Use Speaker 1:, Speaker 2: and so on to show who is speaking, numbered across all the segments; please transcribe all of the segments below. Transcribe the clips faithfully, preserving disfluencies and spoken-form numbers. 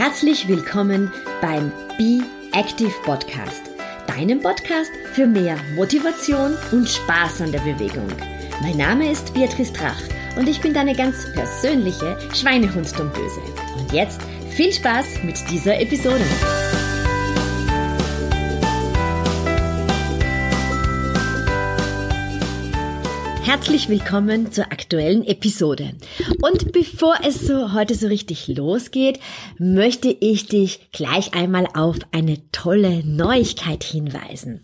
Speaker 1: Herzlich willkommen beim Be Active Podcast, deinem Podcast für mehr Motivation und Spaß an der Bewegung. Mein Name ist Beatrice Drach und ich bin deine ganz persönliche Schweinehund-Domböse. Und jetzt viel Spaß mit dieser Episode. Herzlich willkommen zur aktuellen Episode. Und bevor es so heute so richtig losgeht, möchte ich dich gleich einmal auf eine tolle Neuigkeit hinweisen.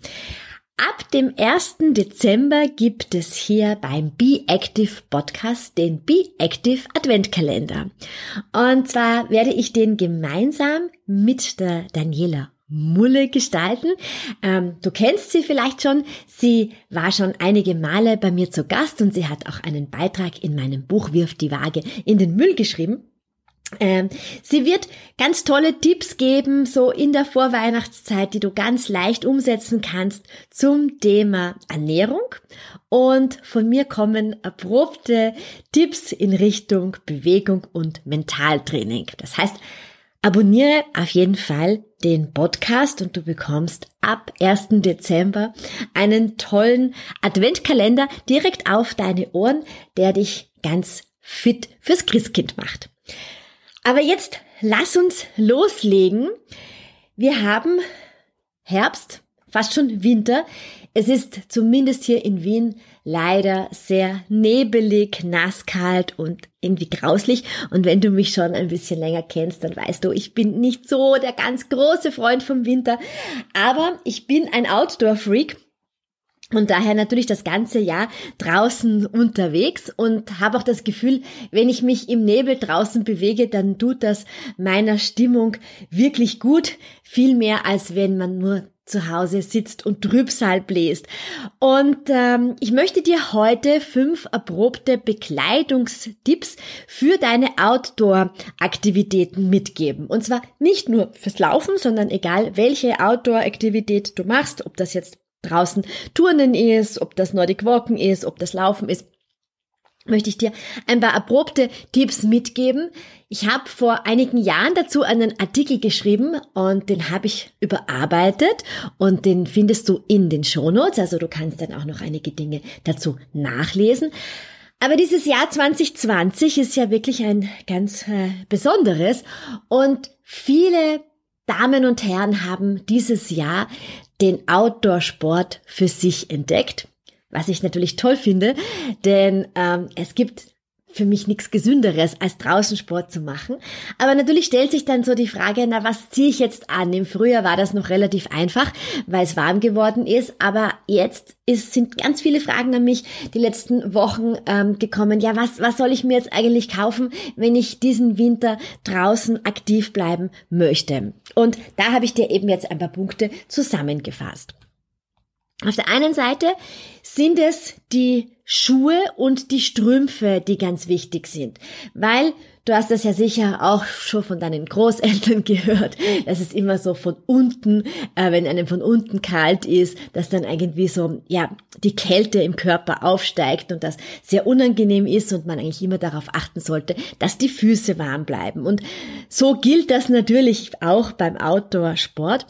Speaker 1: Ab dem ersten Dezember gibt es hier beim Be Active Podcast den Be Active Adventkalender. Und zwar werde ich den gemeinsam mit der Daniela Mulle gestalten. Ähm, du kennst sie vielleicht schon. Sie war schon einige Male bei mir zu Gast und sie hat auch einen Beitrag in meinem Buch Wirf die Waage in den Müll geschrieben. Ähm, sie wird ganz tolle Tipps geben, so in der Vorweihnachtszeit, die du ganz leicht umsetzen kannst zum Thema Ernährung. Und von mir kommen erprobte Tipps in Richtung Bewegung und Mentaltraining. Das heißt, abonniere auf jeden Fall den Podcast und du bekommst ab ersten Dezember einen tollen Adventkalender direkt auf deine Ohren, der dich ganz fit fürs Christkind macht. Aber jetzt lass uns loslegen. Wir haben Herbst, fast schon Winter. Es ist zumindest hier in Wien leider sehr nebelig, nasskalt und irgendwie grauslich. Und wenn du mich schon ein bisschen länger kennst, dann weißt du, ich bin nicht so der ganz große Freund vom Winter. Aber ich bin ein Outdoor-Freak. Und daher natürlich das ganze Jahr draußen unterwegs und habe auch das Gefühl, wenn ich mich im Nebel draußen bewege, dann tut das meiner Stimmung wirklich gut. Viel mehr, als wenn man nur zu Hause sitzt und Trübsal bläst. Und ähm, ich möchte dir heute fünf erprobte Bekleidungstipps für deine Outdoor-Aktivitäten mitgeben. Und zwar nicht nur fürs Laufen, sondern egal, welche Outdoor-Aktivität du machst, ob das jetzt draußen Turnen ist, ob das Nordic Walken ist, ob das Laufen ist, möchte ich dir ein paar erprobte Tipps mitgeben. Ich habe vor einigen Jahren dazu einen Artikel geschrieben und den habe ich überarbeitet und den findest du in den Shownotes, also du kannst dann auch noch einige Dinge dazu nachlesen. Aber dieses Jahr zwanzig zwanzig ist ja wirklich ein ganz äh, besonderes und viele Damen und Herren haben dieses Jahr den Outdoor-Sport für sich entdeckt, was ich natürlich toll finde, denn ähm, es gibt für mich nichts Gesünderes, als draußen Sport zu machen. Aber natürlich stellt sich dann so die Frage, na, was ziehe ich jetzt an? Im Frühjahr war das noch relativ einfach, weil es warm geworden ist, aber jetzt ist, sind ganz viele Fragen an mich die letzten Wochen ähm, gekommen. Ja, was, was soll ich mir jetzt eigentlich kaufen, wenn ich diesen Winter draußen aktiv bleiben möchte? Und da habe ich dir eben jetzt ein paar Punkte zusammengefasst. Auf der einen Seite sind es die Schuhe und die Strümpfe, die ganz wichtig sind, weil du hast das ja sicher auch schon von deinen Großeltern gehört, dass es immer so von unten, äh, wenn einem von unten kalt ist, dass dann irgendwie so, ja, die Kälte im Körper aufsteigt und das sehr unangenehm ist und man eigentlich immer darauf achten sollte, dass die Füße warm bleiben. Und so gilt das natürlich auch beim Outdoor-Sport.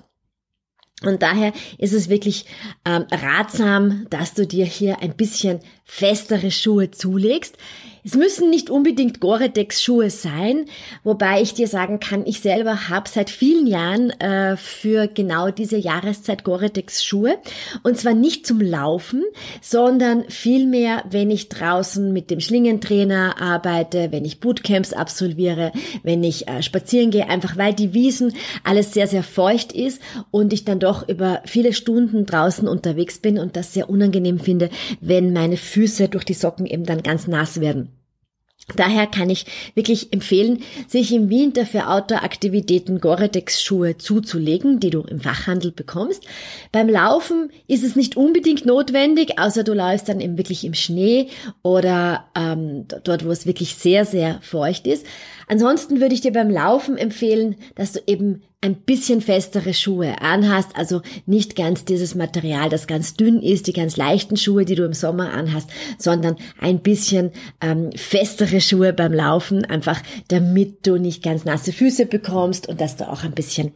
Speaker 1: Und daher ist es wirklich ähm, ratsam, dass du dir hier ein bisschen festere Schuhe zulegst. Es müssen nicht unbedingt Gore-Tex-Schuhe sein, wobei ich dir sagen kann, ich selber habe seit vielen Jahren äh, für genau diese Jahreszeit Gore-Tex-Schuhe. Und zwar nicht zum Laufen, sondern vielmehr, wenn ich draußen mit dem Schlingentrainer arbeite, wenn ich Bootcamps absolviere, wenn ich äh, spazieren gehe, einfach weil die Wiesen alles sehr, sehr feucht ist und ich dann doch über viele Stunden draußen unterwegs bin und das sehr unangenehm finde, wenn meine Füße durch die Socken eben dann ganz nass werden. Daher kann ich wirklich empfehlen, sich im Winter für Outdoor-Aktivitäten Gore-Tex-Schuhe zuzulegen, die du im Fachhandel bekommst. Beim Laufen ist es nicht unbedingt notwendig, außer du läufst dann eben wirklich im Schnee oder ähm, dort, wo es wirklich sehr, sehr feucht ist. Ansonsten würde ich dir beim Laufen empfehlen, dass du eben ein bisschen festere Schuhe anhast, also nicht ganz dieses Material, das ganz dünn ist, die ganz leichten Schuhe, die du im Sommer anhast, sondern ein bisschen ähm, festere Schuhe beim Laufen, einfach damit du nicht ganz nasse Füße bekommst und dass du auch ein bisschen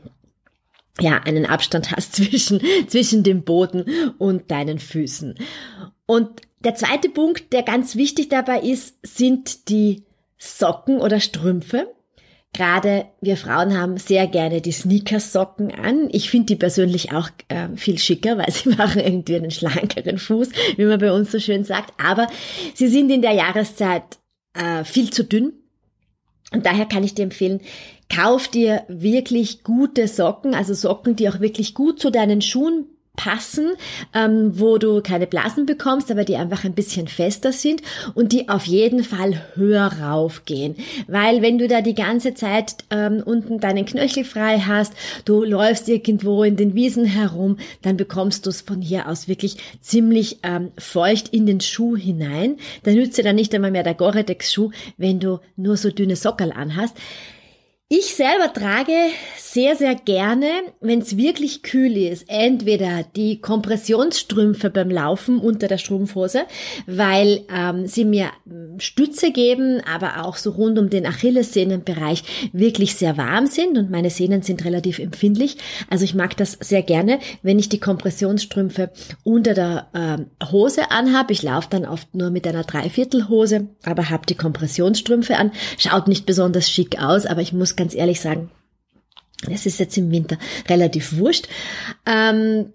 Speaker 1: ja einen Abstand hast zwischen zwischen dem Boden und deinen Füßen. Und der zweite Punkt, der ganz wichtig dabei ist, sind die Socken oder Strümpfe. Gerade wir Frauen haben sehr gerne die Sneakersocken an. Ich finde die persönlich auch äh, viel schicker, weil sie machen irgendwie einen schlankeren Fuß, wie man bei uns so schön sagt. Aber sie sind in der Jahreszeit äh, viel zu dünn. Und daher kann ich dir empfehlen, kauf dir wirklich gute Socken, also Socken, die auch wirklich gut zu deinen Schuhen passen, ähm, wo du keine Blasen bekommst, aber die einfach ein bisschen fester sind und die auf jeden Fall höher raufgehen. Weil wenn du da die ganze Zeit ähm, unten deinen Knöchel frei hast, du läufst irgendwo in den Wiesen herum, dann bekommst du es von hier aus wirklich ziemlich ähm, feucht in den Schuh hinein. Da nützt dir dann nicht einmal mehr der Gore-Tex-Schuh, wenn du nur so dünne Sockerl anhast. Ich selber trage sehr, sehr gerne, wenn es wirklich kühl ist, entweder die Kompressionsstrümpfe beim Laufen unter der Strumpfhose, weil ähm, sie mir Stütze geben, aber auch so rund um den Achillessehnenbereich wirklich sehr warm sind und meine Sehnen sind relativ empfindlich. Also ich mag das sehr gerne, wenn ich die Kompressionsstrümpfe unter der ähm, Hose anhabe. Ich laufe dann oft nur mit einer Dreiviertelhose, aber habe die Kompressionsstrümpfe an. Schaut nicht besonders schick aus, aber ich muss ganz ehrlich sagen, das ist jetzt im Winter relativ wurscht. Ähm,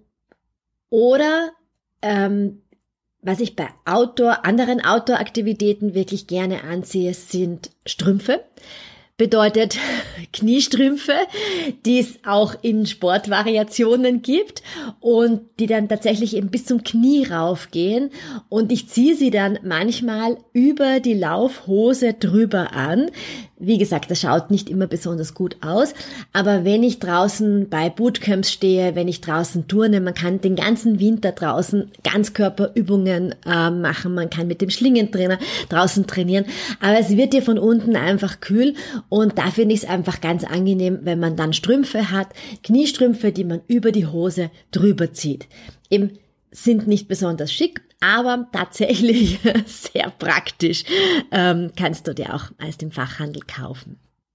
Speaker 1: oder ähm, was ich bei Outdoor, anderen Outdoor-Aktivitäten wirklich gerne anziehe, sind Strümpfe. Bedeutet Kniestrümpfe, die es auch in Sportvariationen gibt und die dann tatsächlich eben bis zum Knie raufgehen und ich ziehe sie dann manchmal über die Laufhose drüber an. Wie gesagt, das schaut nicht immer besonders gut aus, aber wenn ich draußen bei Bootcamps stehe, wenn ich draußen turne, man kann den ganzen Winter draußen Ganzkörperübungen äh, machen, man kann mit dem Schlingentrainer draußen trainieren, aber es wird dir von unten einfach kühl und da finde ich es einfach ganz angenehm, wenn man dann Strümpfe hat, Kniestrümpfe, die man über die Hose drüber zieht. Eben sind nicht besonders schick, aber tatsächlich sehr praktisch. Ähm, kannst du dir auch aus dem Fachhandel kaufen.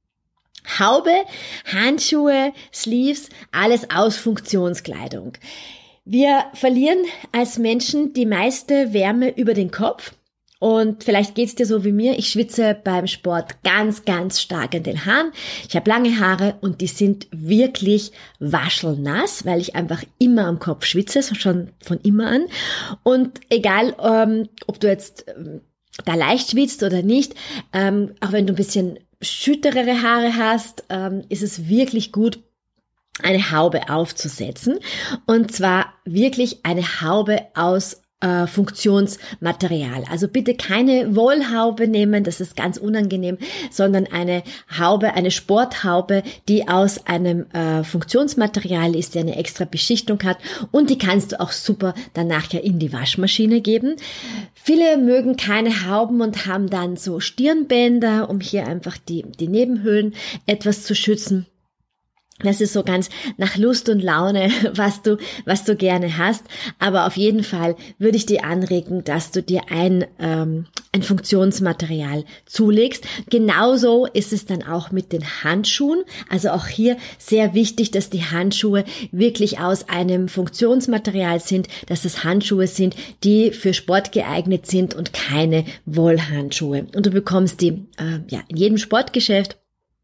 Speaker 1: Haube, Handschuhe, Sleeves, alles aus Funktionskleidung. Wir verlieren als Menschen die meiste Wärme über den Kopf. Und vielleicht geht's dir so wie mir, ich schwitze beim Sport ganz, ganz stark in den Haaren. Ich habe lange Haare und die sind wirklich waschelnass, weil ich einfach immer am Kopf schwitze, schon von immer an. Und egal, ähm, ob du jetzt ähm, da leicht schwitzt oder nicht, ähm, auch wenn du ein bisschen schütterere Haare hast, ähm, ist es wirklich gut, eine Haube aufzusetzen. Und zwar wirklich eine Haube aus Funktionsmaterial. Also bitte keine Wollhaube nehmen, das ist ganz unangenehm, sondern eine Haube, eine Sporthaube, die aus einem äh, Funktionsmaterial ist, die eine extra Beschichtung hat und die kannst du auch super dann nachher in die Waschmaschine geben. Viele mögen keine Hauben und haben dann so Stirnbänder, um hier einfach die, die Nebenhöhlen etwas zu schützen. Das ist so ganz nach Lust und Laune, was du, was du gerne hast. Aber auf jeden Fall würde ich dir anregen, dass du dir ein, ähm, ein Funktionsmaterial zulegst. Genauso ist es dann auch mit den Handschuhen. Also auch hier sehr wichtig, dass die Handschuhe wirklich aus einem Funktionsmaterial sind, dass es Handschuhe sind, die für Sport geeignet sind und keine Wollhandschuhe. Und du bekommst die, äh, ja, in jedem Sportgeschäft.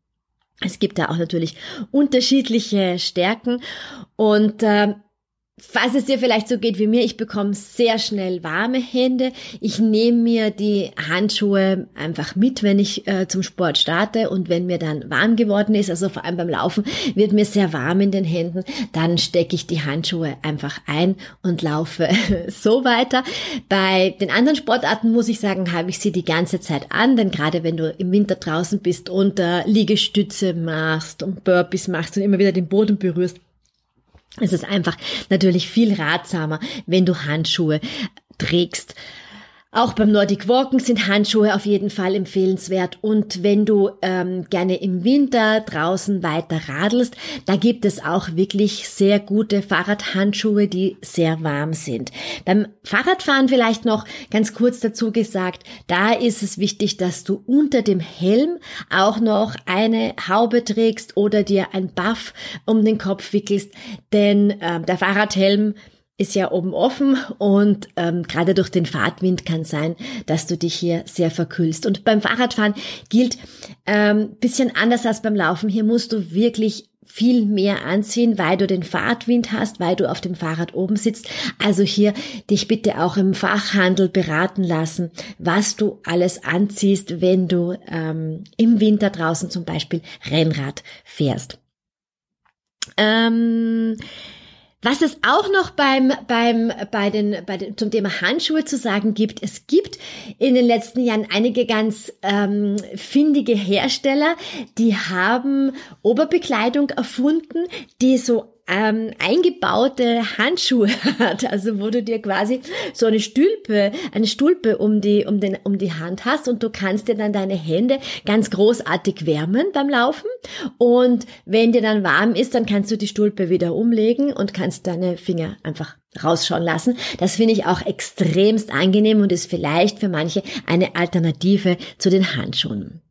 Speaker 1: Es gibt da auch natürlich unterschiedliche Stärken und äh, falls es dir vielleicht so geht wie mir, ich bekomme sehr schnell warme Hände. Ich nehme mir die Handschuhe einfach mit, wenn ich äh, zum Sport starte und wenn mir dann warm geworden ist, also vor allem beim Laufen, wird mir sehr warm in den Händen, dann stecke ich die Handschuhe einfach ein und laufe so weiter. Bei den anderen Sportarten muss ich sagen, habe ich sie die ganze Zeit an, denn gerade wenn du im Winter draußen bist und äh, Liegestütze machst und Burpees machst und immer wieder den Boden berührst, es ist einfach natürlich viel ratsamer, wenn du Handschuhe trägst. Auch beim Nordic Walken sind Handschuhe auf jeden Fall empfehlenswert. Und wenn du ähm, gerne im Winter draußen weiter radelst, da gibt es auch wirklich sehr gute Fahrradhandschuhe, die sehr warm sind. Beim Fahrradfahren vielleicht noch ganz kurz dazu gesagt, da ist es wichtig, dass du unter dem Helm auch noch eine Haube trägst oder dir ein Buff um den Kopf wickelst, denn äh, der Fahrradhelm ist ja oben offen und ähm, gerade durch den Fahrtwind kann sein, dass du dich hier sehr verkühlst. Und beim Fahrradfahren gilt ähm, bisschen anders als beim Laufen. Hier musst du wirklich viel mehr anziehen, weil du den Fahrtwind hast, weil du auf dem Fahrrad oben sitzt. Also hier dich bitte auch im Fachhandel beraten lassen, was du alles anziehst, wenn du ähm, im Winter draußen zum Beispiel Rennrad fährst. Ähm... Was es auch noch beim, beim, bei den, bei den, zum Thema Handschuhe zu sagen gibt, es gibt in den letzten Jahren einige ganz ähm, findige Hersteller, die haben Oberbekleidung erfunden, die so ähm, eingebaute Handschuhe hat, also wo du dir quasi so eine Stülpe, eine Stulpe um die, um den, um die Hand hast und du kannst dir dann deine Hände ganz großartig wärmen beim Laufen und wenn dir dann warm ist, dann kannst du die Stulpe wieder umlegen und kannst deine Finger einfach rausschauen lassen. Das finde ich auch extremst angenehm und ist vielleicht für manche eine Alternative zu den Handschuhen.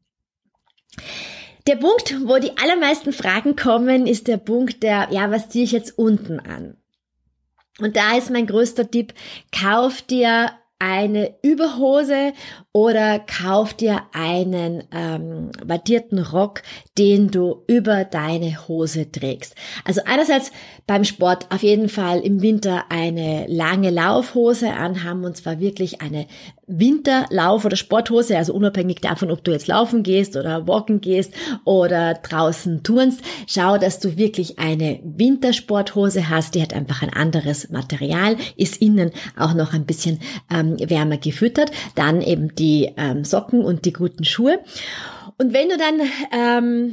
Speaker 1: Der Punkt, wo die allermeisten Fragen kommen, ist der Punkt der, ja, was ziehe ich jetzt unten an? Und da ist mein größter Tipp, kauf dir eine Überhose oder kauf dir einen ähm, wattierten Rock, den du über deine Hose trägst. Also einerseits beim Sport auf jeden Fall im Winter eine lange Laufhose anhaben und zwar wirklich eine Winterlauf- oder Sporthose, also unabhängig davon, ob du jetzt laufen gehst oder walken gehst oder draußen turnst. Schau, dass du wirklich eine Wintersporthose hast, die hat einfach ein anderes Material, ist innen auch noch ein bisschen ähm, wärmer gefüttert. Dann eben die ähm, Socken und die guten Schuhe. Und wenn du dann ähm,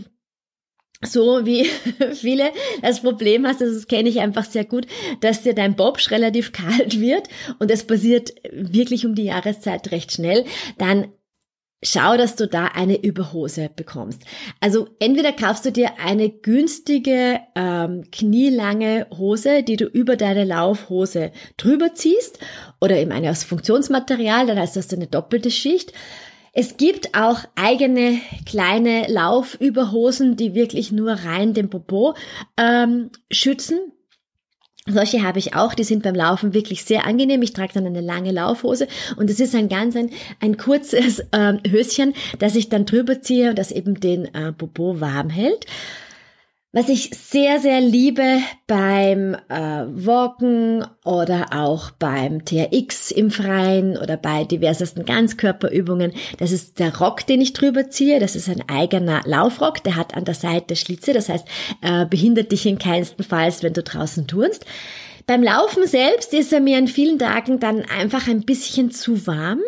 Speaker 1: so wie viele das Problem hast, also das kenne ich einfach sehr gut, dass dir dein Bobsch relativ kalt wird und das passiert wirklich um die Jahreszeit recht schnell, dann schau, dass du da eine Überhose bekommst. Also entweder kaufst du dir eine günstige, ähm, knielange Hose, die du über deine Laufhose drüber ziehst oder eben eine aus Funktionsmaterial, dann heißt das eine doppelte Schicht. Es gibt auch eigene kleine Laufüberhosen, die wirklich nur rein den Popo ähm, schützen. Solche habe ich auch, die sind beim Laufen wirklich sehr angenehm. Ich trage dann eine lange Laufhose und es ist ein ganz ein, ein kurzes äh, Höschen, das ich dann drüber ziehe und das eben den äh, Popo warm hält. Was ich sehr, sehr liebe beim äh, Walken oder auch beim T R X im Freien oder bei diversesten Ganzkörperübungen, das ist der Rock, den ich drüber ziehe. Das ist ein eigener Laufrock, der hat an der Seite Schlitze, das heißt, äh, behindert dich in keinsten Falls, wenn du draußen turnst. Beim Laufen selbst ist er mir an vielen Tagen dann einfach ein bisschen zu warm.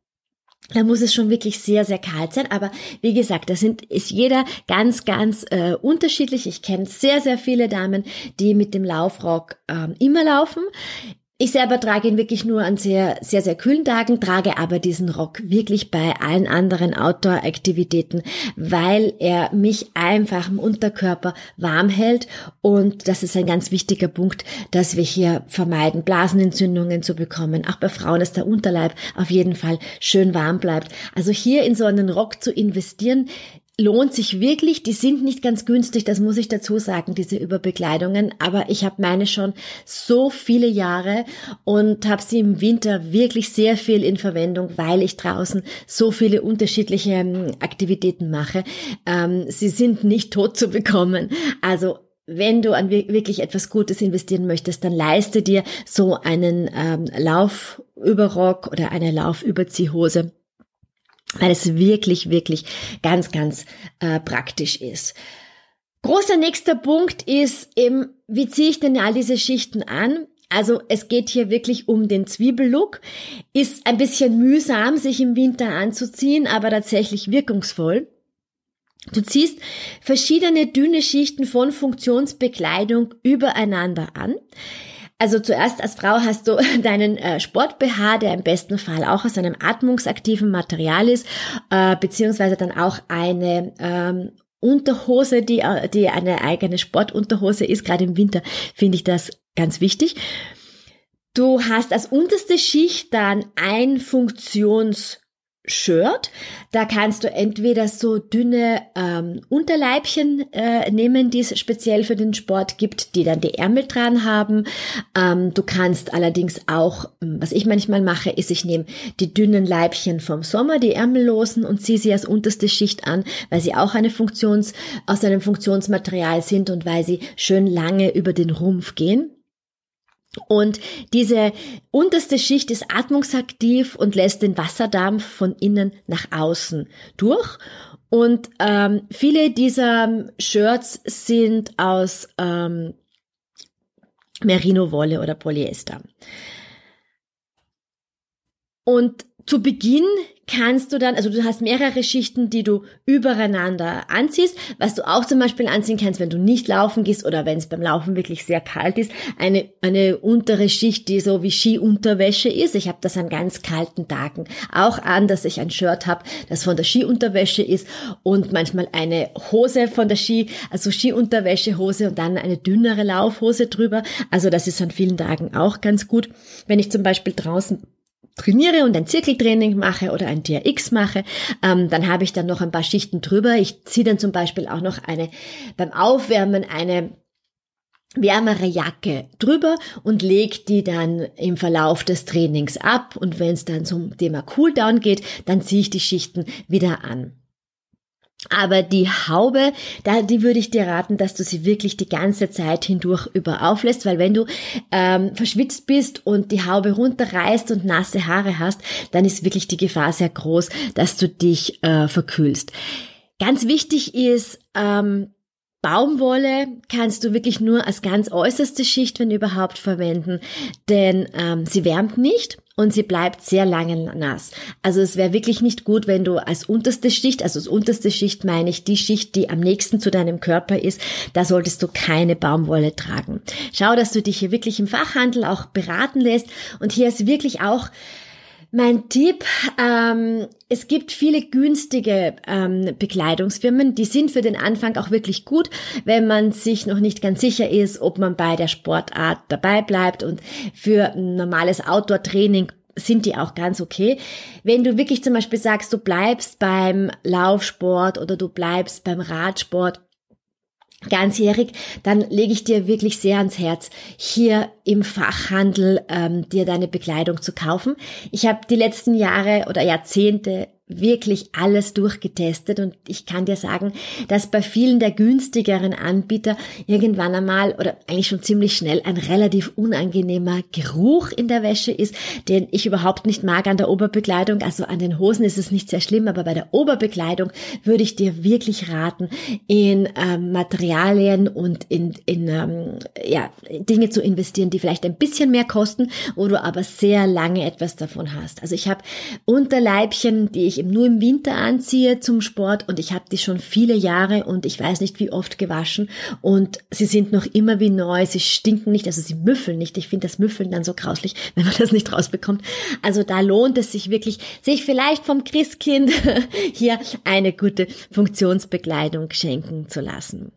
Speaker 1: Da muss es schon wirklich sehr, sehr kalt sein. Aber wie gesagt, da sind, ist jeder ganz, ganz äh, unterschiedlich. Ich kenne sehr, sehr viele Damen, die mit dem Laufrock ähm, immer laufen. Ich selber trage ihn wirklich nur an sehr, sehr, sehr kühlen Tagen, trage aber diesen Rock wirklich bei allen anderen Outdoor-Aktivitäten, weil er mich einfach im Unterkörper warm hält. Und das ist ein ganz wichtiger Punkt, dass wir hier vermeiden, Blasenentzündungen zu bekommen. Auch bei Frauen, dass der Unterleib auf jeden Fall schön warm bleibt. Also hier in so einen Rock zu investieren, lohnt sich wirklich. Die sind nicht ganz günstig, das muss ich dazu sagen, diese Überbekleidungen, aber ich habe meine schon so viele Jahre und habe sie im Winter wirklich sehr viel in Verwendung, weil ich draußen so viele unterschiedliche ähm, Aktivitäten mache. Ähm, sie sind nicht tot zu bekommen, also wenn du an wirklich etwas Gutes investieren möchtest, dann leiste dir so einen ähm, Laufüberrock oder eine Laufüberziehhose, weil es wirklich, wirklich ganz, ganz äh, praktisch ist. Großer nächster Punkt ist eben, wie ziehe ich denn all diese Schichten an? Also es geht hier wirklich um den Zwiebellook. Ist ein bisschen mühsam, sich im Winter anzuziehen, aber tatsächlich wirkungsvoll. Du ziehst verschiedene dünne Schichten von Funktionsbekleidung übereinander an. Also zuerst als Frau hast du deinen äh, Sport-B H, der im besten Fall auch aus einem atmungsaktiven Material ist, äh, beziehungsweise dann auch eine ähm, Unterhose, die, die eine eigene Sportunterhose ist. Gerade im Winter finde ich das ganz wichtig. Du hast als unterste Schicht dann ein Funktions Shirt. Da kannst du entweder so dünne ähm, Unterleibchen äh, nehmen, die es speziell für den Sport gibt, die dann die Ärmel dran haben. Ähm, du kannst allerdings auch, was ich manchmal mache, ist, ich nehme die dünnen Leibchen vom Sommer, die ärmellosen, und ziehe sie als unterste Schicht an, weil sie auch eine Funktions, aus einem Funktionsmaterial sind und weil sie schön lange über den Rumpf gehen. Und diese unterste Schicht ist atmungsaktiv und lässt den Wasserdampf von innen nach außen durch. Und ähm, viele dieser Shirts sind aus ähm, Merino-Wolle oder Polyester. Und zu Beginn kannst du dann, also du hast mehrere Schichten, die du übereinander anziehst, was du auch zum Beispiel anziehen kannst, wenn du nicht laufen gehst oder wenn es beim Laufen wirklich sehr kalt ist, eine eine untere Schicht, die so wie Skiunterwäsche ist. Ich habe das an ganz kalten Tagen auch an, dass ich ein Shirt habe, das von der Skiunterwäsche ist und manchmal eine Hose von der Ski, also Skiunterwäschehose und dann eine dünnere Laufhose drüber. Also das ist an vielen Tagen auch ganz gut. Wenn ich zum Beispiel draußen trainiere und ein Zirkeltraining mache oder ein T R X mache, ähm, dann habe ich dann noch ein paar Schichten drüber. Ich ziehe dann zum Beispiel auch noch eine beim Aufwärmen eine wärmere Jacke drüber und lege die dann im Verlauf des Trainings ab. Und wenn es dann zum Thema Cooldown geht, dann ziehe ich die Schichten wieder an. Aber die Haube, da, die würde ich dir raten, dass du sie wirklich die ganze Zeit hindurch über auflässt, weil wenn du ähm, verschwitzt bist und die Haube runterreißt und nasse Haare hast, dann ist wirklich die Gefahr sehr groß, dass du dich äh, verkühlst. Ganz wichtig ist, ähm, Baumwolle kannst du wirklich nur als ganz äußerste Schicht, wenn überhaupt, verwenden, denn ähm, sie wärmt nicht und sie bleibt sehr lange nass. Also es wäre wirklich nicht gut, wenn du als unterste Schicht, also als unterste Schicht meine ich die Schicht, die am nächsten zu deinem Körper ist, da solltest du keine Baumwolle tragen. Schau, dass du dich hier wirklich im Fachhandel auch beraten lässt, und hier ist wirklich auch mein Tipp, ähm, es gibt viele günstige ähm, Bekleidungsfirmen, die sind für den Anfang auch wirklich gut, wenn man sich noch nicht ganz sicher ist, ob man bei der Sportart dabei bleibt, und für ein normales Outdoor-Training sind die auch ganz okay. Wenn du wirklich zum Beispiel sagst, du bleibst beim Laufsport oder du bleibst beim Radsport ganzjährig, dann lege ich dir wirklich sehr ans Herz, hier im Fachhandel ähm, dir deine Bekleidung zu kaufen. Ich habe die letzten Jahre oder Jahrzehnte wirklich alles durchgetestet, und ich kann dir sagen, dass bei vielen der günstigeren Anbieter irgendwann einmal oder eigentlich schon ziemlich schnell ein relativ unangenehmer Geruch in der Wäsche ist, den ich überhaupt nicht mag an der Oberbekleidung. Also an den Hosen ist es nicht sehr schlimm, aber bei der Oberbekleidung würde ich dir wirklich raten, in ähm, Materialien und in, in ähm, ja, Dinge zu investieren, die vielleicht ein bisschen mehr kosten, wo du aber sehr lange etwas davon hast. Also ich habe Unterleibchen, die ich nur im Winter anziehe zum Sport, und ich habe die schon viele Jahre und ich weiß nicht wie oft gewaschen, und sie sind noch immer wie neu, sie stinken nicht, also sie müffeln nicht. Ich finde das Müffeln dann so grauslich, wenn man das nicht rausbekommt. Also da lohnt es sich wirklich, sich vielleicht vom Christkind hier eine gute Funktionsbekleidung schenken zu lassen.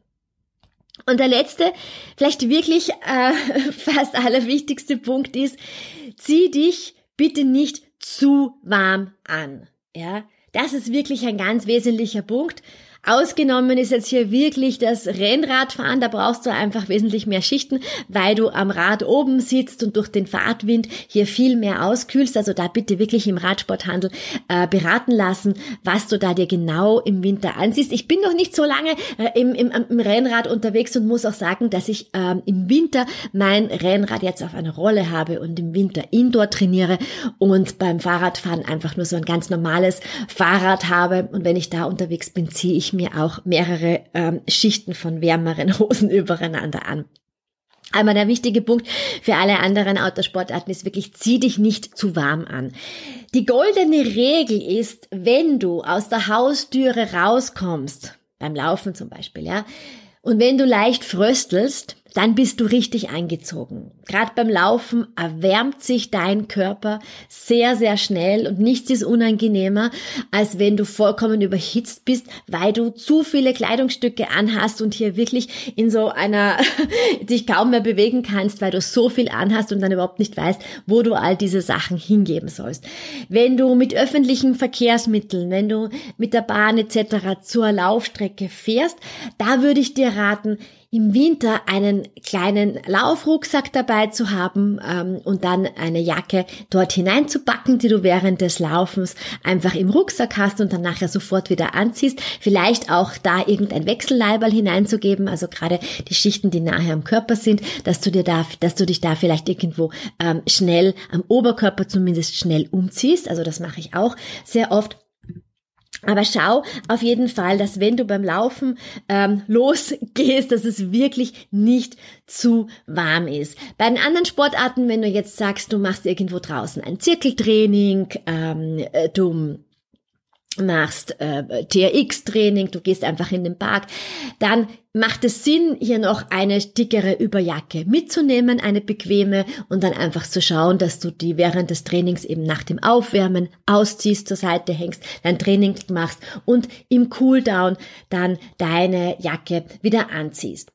Speaker 1: Und der letzte, vielleicht wirklich äh, fast allerwichtigste Punkt ist, zieh dich bitte nicht zu warm an. Ja, das ist wirklich ein ganz wesentlicher Punkt. Ausgenommen ist jetzt hier wirklich das Rennradfahren, da brauchst du einfach wesentlich mehr Schichten, weil du am Rad oben sitzt und durch den Fahrtwind hier viel mehr auskühlst. Also da bitte wirklich im Radsporthandel äh, beraten lassen, was du da dir genau im Winter ansiehst. Ich bin noch nicht so lange äh, im, im, im Rennrad unterwegs und muss auch sagen, dass ich ähm, im Winter mein Rennrad jetzt auf einer Rolle habe und im Winter Indoor trainiere und beim Fahrradfahren einfach nur so ein ganz normales Fahrrad habe. Und wenn ich da unterwegs bin, ziehe ich mir auch mehrere ähm, Schichten von wärmeren Hosen übereinander an. Aber der wichtige Punkt für alle anderen Outdoor-Sportarten ist wirklich, zieh dich nicht zu warm an. Die goldene Regel ist, wenn du aus der Haustüre rauskommst, beim Laufen zum Beispiel, ja, und wenn du leicht fröstelst, dann bist du richtig eingezogen. Gerade beim Laufen erwärmt sich dein Körper sehr, sehr schnell und nichts ist unangenehmer, als wenn du vollkommen überhitzt bist, weil du zu viele Kleidungsstücke anhast und hier wirklich in so einer dich kaum mehr bewegen kannst, weil du so viel anhast und dann überhaupt nicht weißt, wo du all diese Sachen hingeben sollst. Wenn du mit öffentlichen Verkehrsmitteln, wenn du mit der Bahn et cetera zur Laufstrecke fährst, da würde ich dir raten, im Winter einen kleinen Laufrucksack dabei zu haben ähm, und dann eine Jacke dort hineinzupacken, die du während des Laufens einfach im Rucksack hast und dann nachher sofort wieder anziehst. Vielleicht auch da irgendein Wechselleiberl hineinzugeben, also gerade die Schichten, die nahe am Körper sind, dass du dir da, dass du dich da vielleicht irgendwo ähm, schnell am Oberkörper zumindest schnell umziehst. Also das mache ich auch sehr oft. Aber schau auf jeden Fall, dass wenn du beim Laufen ähm, losgehst, dass es wirklich nicht zu warm ist. Bei den anderen Sportarten, wenn du jetzt sagst, du machst irgendwo draußen ein Zirkeltraining, ähm, du machst äh, T R X-Training, du gehst einfach in den Park, dann macht es Sinn, hier noch eine dickere Überjacke mitzunehmen, eine bequeme, und dann einfach zu schauen, dass du die während des Trainings eben nach dem Aufwärmen ausziehst, zur Seite hängst, dein Training machst und im Cooldown dann deine Jacke wieder anziehst.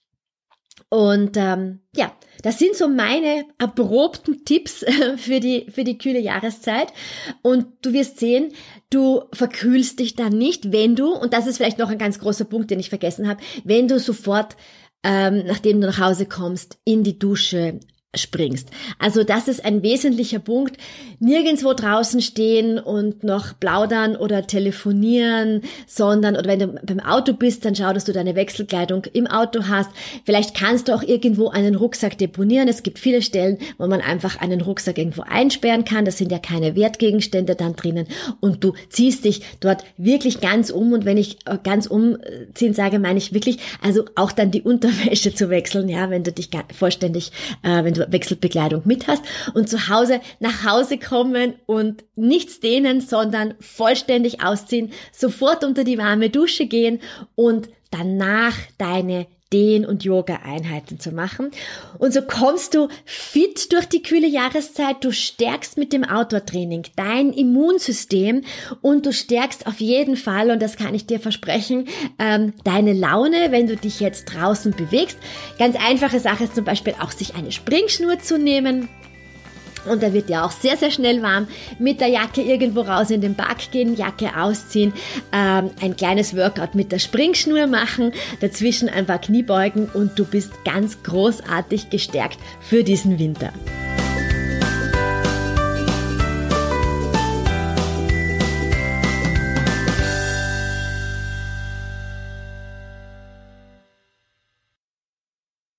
Speaker 1: Und ähm, ja, das sind so meine erprobten Tipps für die für die kühle Jahreszeit. Und du wirst sehen, du verkühlst dich dann nicht, wenn du, und das ist vielleicht noch ein ganz großer Punkt, den ich vergessen habe, wenn du sofort, ähm, nachdem du nach Hause kommst, in die Dusche springst. Also das ist ein wesentlicher Punkt. Nirgendwo draußen stehen und noch plaudern oder telefonieren, sondern, oder wenn du beim Auto bist, dann schau, dass du deine Wechselkleidung im Auto hast. Vielleicht kannst du auch irgendwo einen Rucksack deponieren. Es gibt viele Stellen, wo man einfach einen Rucksack irgendwo einsperren kann. Das sind ja keine Wertgegenstände dann drinnen, und du ziehst dich dort wirklich ganz um. Und wenn ich ganz umziehen sage, meine ich wirklich, also auch dann die Unterwäsche zu wechseln, ja, wenn du dich vollständig, äh, wenn du Wechselbekleidung mit hast, und zu Hause nach Hause kommen und nichts dehnen, sondern vollständig ausziehen, sofort unter die warme Dusche gehen und danach deine Dehn- und Yoga-Einheiten zu machen. Und so kommst du fit durch die kühle Jahreszeit, du stärkst mit dem Outdoor-Training dein Immunsystem und du stärkst auf jeden Fall, und das kann ich dir versprechen, ähm, deine Laune, wenn du dich jetzt draußen bewegst. Ganz einfache Sache ist zum Beispiel auch, sich eine Springschnur zu nehmen. Und da wird ja auch sehr, sehr schnell warm. Mit der Jacke irgendwo raus in den Park gehen, Jacke ausziehen, ähm, ein kleines Workout mit der Springschnur machen, dazwischen ein paar Kniebeugen, und du bist ganz großartig gestärkt für diesen Winter.